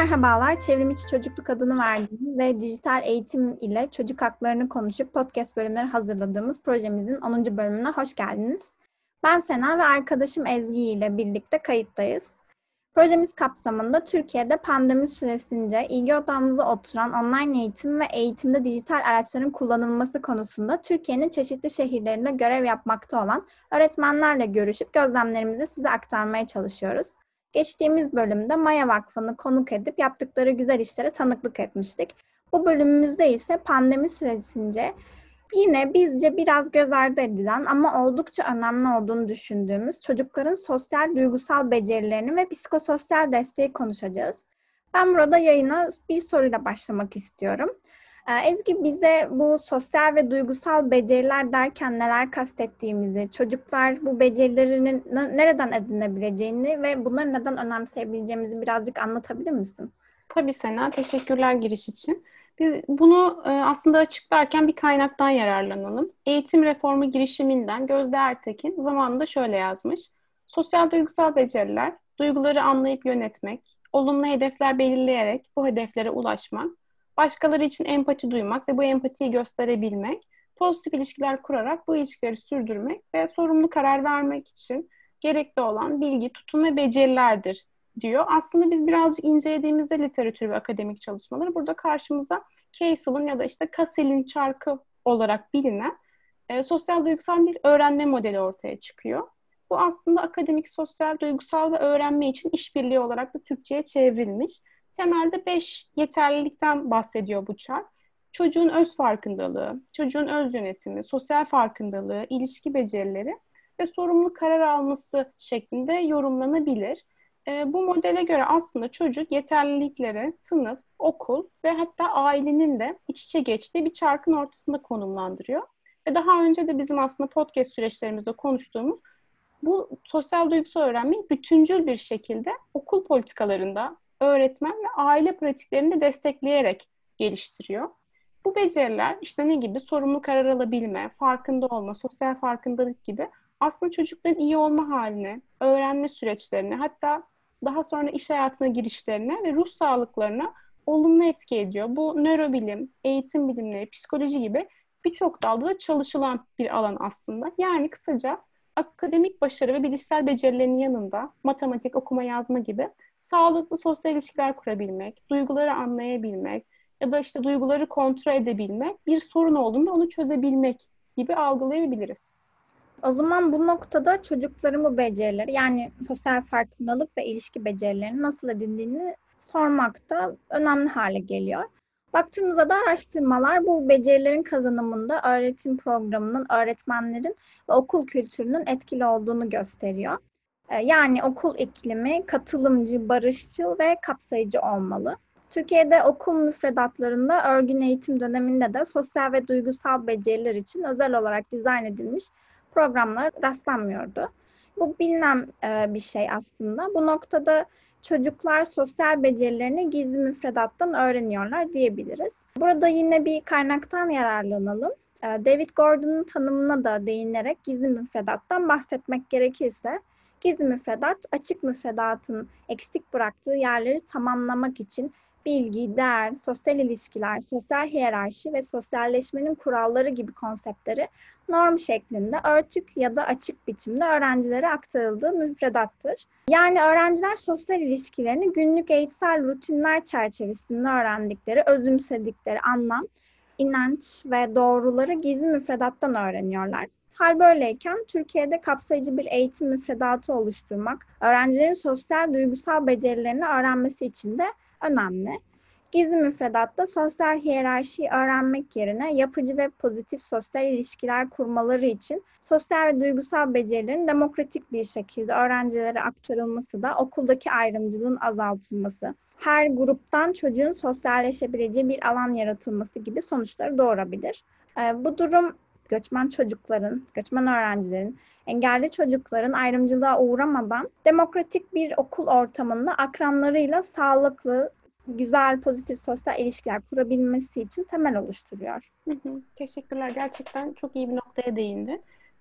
Merhabalar, Çevrimiçi Çocukluk adını verdiğim ve dijital eğitim ile çocuk haklarını konuşup podcast bölümleri hazırladığımız projemizin 10. bölümüne hoş geldiniz. Ben Sena ve arkadaşım Ezgi ile birlikte kayıttayız. Projemiz kapsamında Türkiye'de pandemi süresince ilgi odamıza oturan online eğitim ve eğitimde dijital araçların kullanılması konusunda Türkiye'nin çeşitli şehirlerinde görev yapmakta olan öğretmenlerle görüşüp gözlemlerimizi size aktarmaya çalışıyoruz. Geçtiğimiz bölümde Maya Vakfı'nı konuk edip yaptıkları güzel işlere tanıklık etmiştik. Bu bölümümüzde ise pandemi süresince yine bizce biraz göz ardı edilen ama oldukça önemli olduğunu düşündüğümüz çocukların sosyal duygusal becerilerini ve psikososyal desteği konuşacağız. Ben burada yayına bir soruyla başlamak istiyorum. Ezgi, bize bu sosyal ve duygusal beceriler derken neler kastettiğimizi, çocuklar bu becerilerini nereden edinebileceğini ve bunları neden önemseyebileceğimizi birazcık anlatabilir misin? Tabii Sena, teşekkürler giriş için. Biz bunu aslında açıklarken bir kaynaktan yararlanalım. Eğitim reformu girişiminden Gözde Ertekin zamanında şöyle yazmış. Sosyal duygusal beceriler, duyguları anlayıp yönetmek, olumlu hedefler belirleyerek bu hedeflere ulaşmak, başkaları için empati duymak ve bu empatiyi gösterebilmek, pozitif ilişkiler kurarak bu ilişkileri sürdürmek ve sorumlu karar vermek için gerekli olan bilgi, tutum ve becerilerdir diyor. Aslında biz birazcık incelediğimizde literatür ve akademik çalışmaları burada karşımıza Casel'ın ya da işte Cassell'in çarkı olarak bilinen sosyal duygusal bir öğrenme modeli ortaya çıkıyor. Bu aslında akademik, sosyal, duygusal ve öğrenme için işbirliği olarak da Türkçe'ye çevrilmiş. Temelde 5 yeterlilikten bahsediyor bu çark. Çocuğun öz farkındalığı, çocuğun öz yönetimi, sosyal farkındalığı, ilişki becerileri ve sorumlu karar alması şeklinde yorumlanabilir. Bu modele göre aslında çocuk yeterliliklere sınıf, okul ve hatta ailenin de iç içe geçtiği bir çarkın ortasında konumlandırıyor. Ve daha önce de bizim aslında podcast süreçlerimizde konuştuğumuz bu sosyal duygusal öğrenmeyi bütüncül bir şekilde okul politikalarında öğretmen ve aile pratiklerinde destekleyerek geliştiriyor. Bu beceriler işte ne gibi? Sorumlu karar alabilme, farkında olma, sosyal farkındalık gibi aslında çocukların iyi olma haline, öğrenme süreçlerine, hatta daha sonra iş hayatına girişlerine ve ruh sağlıklarına olumlu etki ediyor. Bu nörobilim, eğitim bilimleri, psikoloji gibi birçok dalda da çalışılan bir alan aslında. Yani kısaca akademik başarı ve bilişsel becerilerin yanında matematik, okuma, yazma gibi sağlıklı sosyal ilişkiler kurabilmek, duyguları anlayabilmek ya da işte duyguları kontrol edebilmek, bir sorun olduğunda onu çözebilmek gibi algılayabiliriz. O zaman bu noktada çocukların bu becerileri, yani sosyal farkındalık ve ilişki becerilerini nasıl edindiğini sormak da önemli hale geliyor. Baktığımızda da araştırmalar bu becerilerin kazanımında öğretim programının, öğretmenlerin ve okul kültürünün etkili olduğunu gösteriyor. Yani okul iklimi katılımcı, barışçıl ve kapsayıcı olmalı. Türkiye'de okul müfredatlarında örgün eğitim döneminde de sosyal ve duygusal beceriler için özel olarak dizayn edilmiş programlar rastlanmıyordu. Bu bilinen bir şey aslında. Bu noktada çocuklar sosyal becerilerini gizli müfredattan öğreniyorlar diyebiliriz. Burada yine bir kaynaktan yararlanalım. David Gordon'un tanımına da değinerek gizli müfredattan bahsetmek gerekirse, gizli müfredat, açık müfredatın eksik bıraktığı yerleri tamamlamak için bilgi, değer, sosyal ilişkiler, sosyal hiyerarşi ve sosyalleşmenin kuralları gibi konseptleri norm şeklinde örtük ya da açık biçimde öğrencilere aktarıldığı müfredattır. Yani öğrenciler sosyal ilişkilerini günlük eğitsel rutinler çerçevesinde öğrendikleri, özümsedikleri anlam, inanç ve doğruları gizli müfredattan öğreniyorlar. Hal böyleyken Türkiye'de kapsayıcı bir eğitim müfredatı oluşturmak, öğrencilerin sosyal duygusal becerilerini öğrenmesi için de önemli. Gizli müfredatta sosyal hiyerarşiyi öğrenmek yerine yapıcı ve pozitif sosyal ilişkiler kurmaları için sosyal ve duygusal becerilerin demokratik bir şekilde öğrencilere aktarılması da okuldaki ayrımcılığın azaltılması, her gruptan çocuğun sosyalleşebileceği bir alan yaratılması gibi sonuçları doğurabilir. Bu durum göçmen çocukların, göçmen öğrencilerin, engelli çocukların ayrımcılığa uğramadan demokratik bir okul ortamında akranlarıyla sağlıklı, güzel, pozitif sosyal ilişkiler kurabilmesi için temel oluşturuyor. Teşekkürler. Gerçekten çok iyi bir noktaya değindi.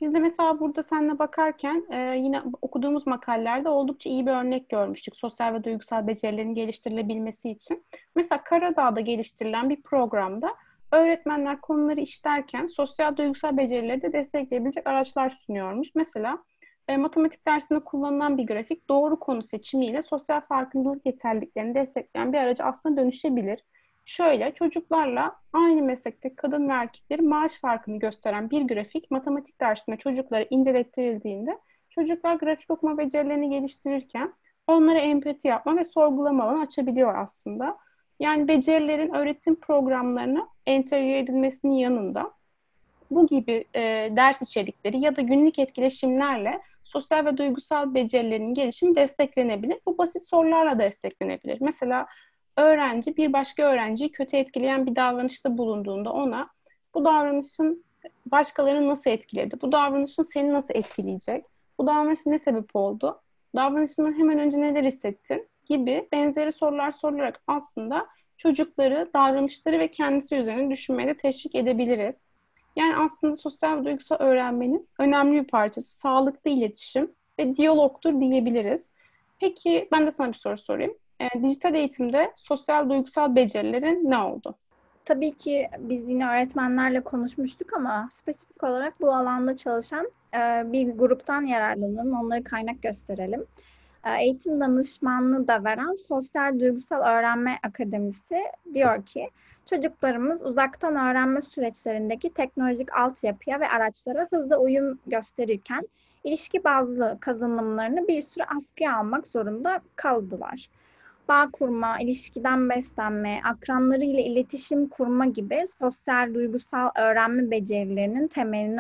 Biz de mesela burada seninle bakarken yine okuduğumuz makalelerde oldukça iyi bir örnek görmüştük sosyal ve duygusal becerilerin geliştirilebilmesi için. Mesela Karadağ'da geliştirilen bir programda öğretmenler konuları işlerken sosyal duygusal becerileri de destekleyebilecek araçlar sunuyormuş. Mesela matematik dersinde kullanılan bir grafik doğru konu seçimiyle sosyal farkındalık yeterliliklerini destekleyen bir araca aslında dönüşebilir. Şöyle, çocuklarla aynı meslekteki kadın ve erkeklerin maaş farkını gösteren bir grafik matematik dersinde çocuklara incelettirildiğinde çocuklar grafik okuma becerilerini geliştirirken onlara empati yapma ve sorgulama alanı açabiliyor aslında. Yani becerilerin öğretim programlarına entegre edilmesinin yanında bu gibi ders içerikleri ya da günlük etkileşimlerle sosyal ve duygusal becerilerin gelişimi desteklenebilir. Bu basit sorularla desteklenebilir. Mesela öğrenci bir başka öğrenciyi kötü etkileyen bir davranışta bulunduğunda ona bu davranışın başkalarını nasıl etkiledi? Bu davranışın seni nasıl etkileyecek? Bu davranışın ne sebep oldu? Davranışından hemen önce neler hissettin? Gibi benzeri sorular sorularak aslında çocukları, davranışları ve kendisi üzerine düşünmeye de teşvik edebiliriz. Yani aslında sosyal ve duygusal öğrenmenin önemli bir parçası sağlıklı iletişim ve diyalogtur diyebiliriz. Peki ben de sana bir soru sorayım. Dijital eğitimde sosyal duygusal becerilerin ne oldu? Tabii ki biz yine öğretmenlerle konuşmuştuk ama spesifik olarak bu alanda çalışan bir gruptan yararlanalım, onları kaynak gösterelim. Eğitim danışmanlığı da veren Sosyal Duygusal Öğrenme Akademisi diyor ki, çocuklarımız uzaktan öğrenme süreçlerindeki teknolojik altyapıya ve araçlara hızlı uyum gösterirken ilişki bazlı kazanımlarını bir süre askıya almak zorunda kaldılar. Bağ kurma, ilişkiden beslenme, akranlarıyla iletişim kurma gibi sosyal duygusal öğrenme becerilerinin temelini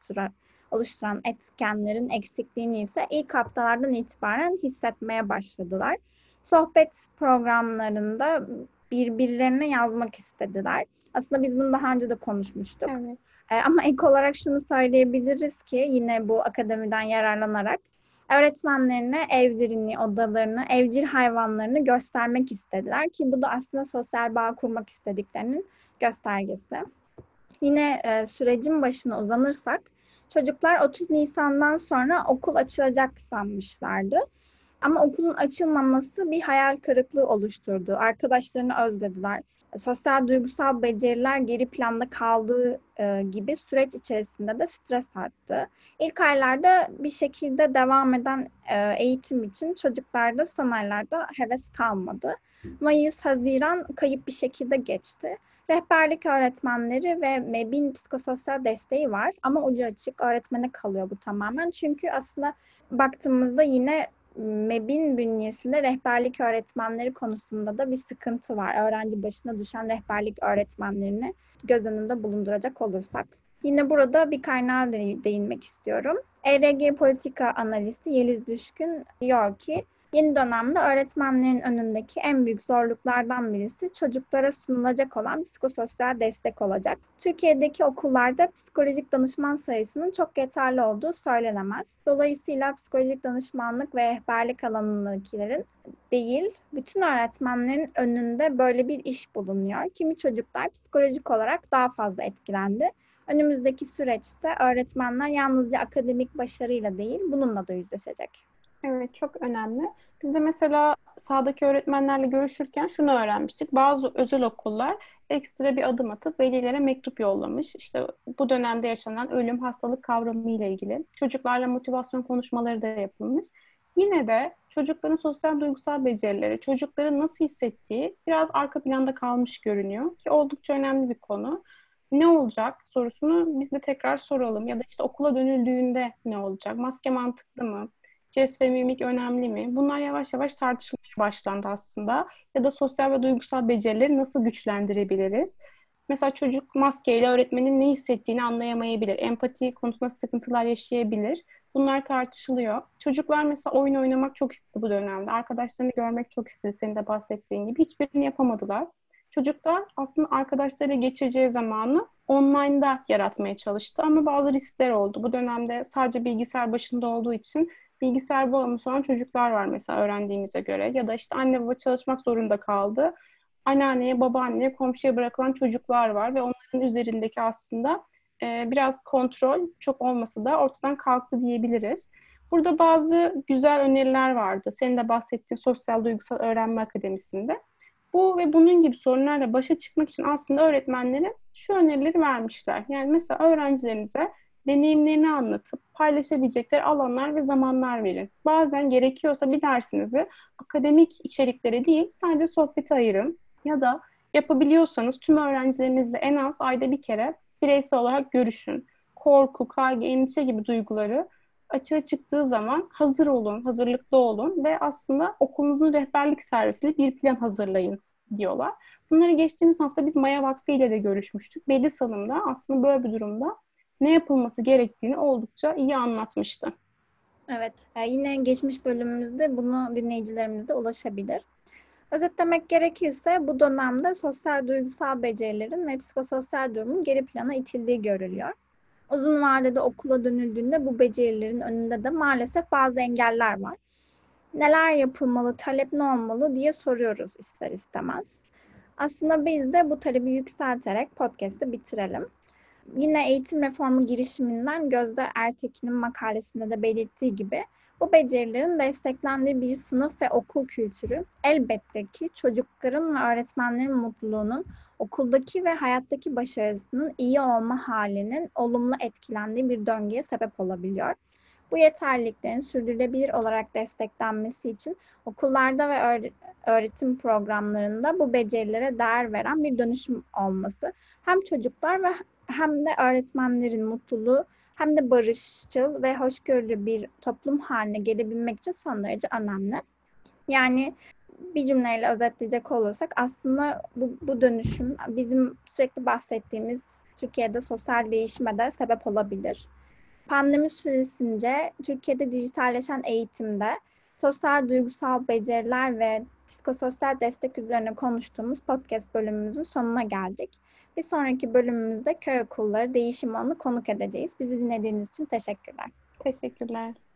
oluşturan etkenlerin eksikliğini ise ilk haftalardan itibaren hissetmeye başladılar. Sohbet programlarında birbirlerine yazmak istediler. Aslında biz bunu daha önce de konuşmuştuk. Evet. Ama ek olarak şunu söyleyebiliriz ki yine bu akademiden yararlanarak öğretmenlerine evlerini, odalarını, evcil hayvanlarını göstermek istediler ki bu da aslında sosyal bağ kurmak istediklerinin göstergesi. Yine sürecin başına uzanırsak çocuklar 30 Nisan'dan sonra okul açılacak sanmışlardı. Ama okulun açılmaması bir hayal kırıklığı oluşturdu. Arkadaşlarını özlediler. Sosyal duygusal beceriler geri planda kaldığı gibi süreç içerisinde de stres arttı. İlk aylarda bir şekilde devam eden eğitim için çocuklarda son aylarda heves kalmadı. Mayıs, Haziran kayıp bir şekilde geçti. Rehberlik öğretmenleri ve MEB'in psikososyal desteği var ama ucu açık öğretmene kalıyor bu tamamen. Çünkü aslında baktığımızda yine MEB'in bünyesinde rehberlik öğretmenleri konusunda da bir sıkıntı var. Öğrenci başına düşen rehberlik öğretmenlerini göz önünde bulunduracak olursak. Yine burada bir kaynağa değinmek istiyorum. ERG politika analisti Yeliz Düşkün diyor ki, yeni dönemde öğretmenlerin önündeki en büyük zorluklardan birisi çocuklara sunulacak olan psikososyal destek olacak. Türkiye'deki okullarda psikolojik danışman sayısının çok yeterli olduğu söylenemez. Dolayısıyla psikolojik danışmanlık ve rehberlik alanındakilerin değil, bütün öğretmenlerin önünde böyle bir iş bulunuyor. Kimi çocuklar psikolojik olarak daha fazla etkilendi. Önümüzdeki süreçte öğretmenler yalnızca akademik başarıyla değil, bununla da yüzleşecek. Evet, çok önemli. Biz de mesela sahadaki öğretmenlerle görüşürken şunu öğrenmiştik. Bazı özel okullar ekstra bir adım atıp velilere mektup yollamış. İşte bu dönemde yaşanan ölüm, hastalık kavramı ile ilgili. Çocuklarla motivasyon konuşmaları da yapılmış. Yine de çocukların sosyal duygusal becerileri, çocukların nasıl hissettiği biraz arka planda kalmış görünüyor ki oldukça önemli bir konu. Ne olacak sorusunu biz de tekrar soralım. Ya da işte okula dönüldüğünde ne olacak? Maske mantıklı mı? Jest ve mimik önemli mi? Bunlar yavaş yavaş tartışılmaya başlandı aslında. Ya da sosyal ve duygusal becerileri nasıl güçlendirebiliriz? Mesela çocuk maskeyle öğretmenin ne hissettiğini anlayamayabilir. Empati konusunda sıkıntılar yaşayabilir. Bunlar tartışılıyor. Çocuklar mesela oyun oynamak çok istedi bu dönemde. Arkadaşlarını görmek çok istedi senin de bahsettiğin gibi. Hiçbirini yapamadılar. Çocuklar aslında arkadaşlarıyla geçireceği zamanı online'da yaratmaya çalıştı ama bazı riskler oldu. Bu dönemde sadece bilgisayar başında olduğu için bilgisayar bağımlısı olan çocuklar var mesela öğrendiğimize göre. Ya da işte anne baba çalışmak zorunda kaldı. Anneanneye, babaanneye, komşuya bırakılan çocuklar var ve onların üzerindeki aslında biraz kontrol, çok olmasa da ortadan kalktı diyebiliriz. Burada bazı güzel öneriler vardı. Senin de bahsettiğin Sosyal Duygusal Öğrenme Akademisi'nde. Bu ve bunun gibi sorunlarla başa çıkmak için aslında öğretmenlere şu önerileri vermişler. Yani mesela öğrencilerinize deneyimlerini anlatıp paylaşabilecekleri alanlar ve zamanlar verin. Bazen gerekiyorsa bir dersinizi akademik içeriklere değil sadece sohbete ayırın. Ya da yapabiliyorsanız tüm öğrencilerinizle en az ayda bir kere bireysel olarak görüşün. Korku, kaygı, endişe gibi duyguları açığa çıktığı zaman hazır olun, hazırlıklı olun ve aslında okulunuzun rehberlik servisiyle bir plan hazırlayın diyorlar. Bunları geçtiğimiz hafta biz Maya Vakfı ile de görüşmüştük. Bediz Hanım da aslında böyle bir durumda ne yapılması gerektiğini oldukça iyi anlatmıştı. Evet, yine geçmiş bölümümüzde bunu dinleyicilerimize ulaşabilir. Özetlemek gerekirse bu dönemde sosyal duygusal becerilerin ve psikososyal durumun geri plana itildiği görülüyor. Uzun vadede okula dönüldüğünde bu becerilerin önünde de maalesef bazı engeller var. Neler yapılmalı, talep ne olmalı diye soruyoruz ister istemez. Aslında biz de bu talebi yükselterek podcast'ı bitirelim. Yine eğitim reformu girişiminden Gözde Ertekin'in makalesinde de belirttiği gibi bu becerilerin desteklendiği bir sınıf ve okul kültürü elbette ki çocukların ve öğretmenlerin mutluluğunun, okuldaki ve hayattaki başarısının iyi olma halinin olumlu etkilendiği bir döngüye sebep olabiliyor. Bu yeterliliklerin sürdürülebilir olarak desteklenmesi için okullarda ve öğretim programlarında bu becerilere değer veren bir dönüşüm olması hem çocuklar ve hem de öğretmenlerin mutluluğu hem de barışçıl ve hoşgörülü bir toplum haline gelebilmek için son derece önemli. Yani bir cümleyle özetleyecek olursak aslında bu dönüşüm bizim sürekli bahsettiğimiz Türkiye'de sosyal değişime de sebep olabilir. Pandemi süresince Türkiye'de dijitalleşen eğitimde sosyal duygusal beceriler ve psikososyal destek üzerine konuştuğumuz podcast bölümümüzün sonuna geldik. Bir sonraki bölümümüzde köy okulları değişim alanı konuk edeceğiz. Bizi dinlediğiniz için teşekkürler. Teşekkürler.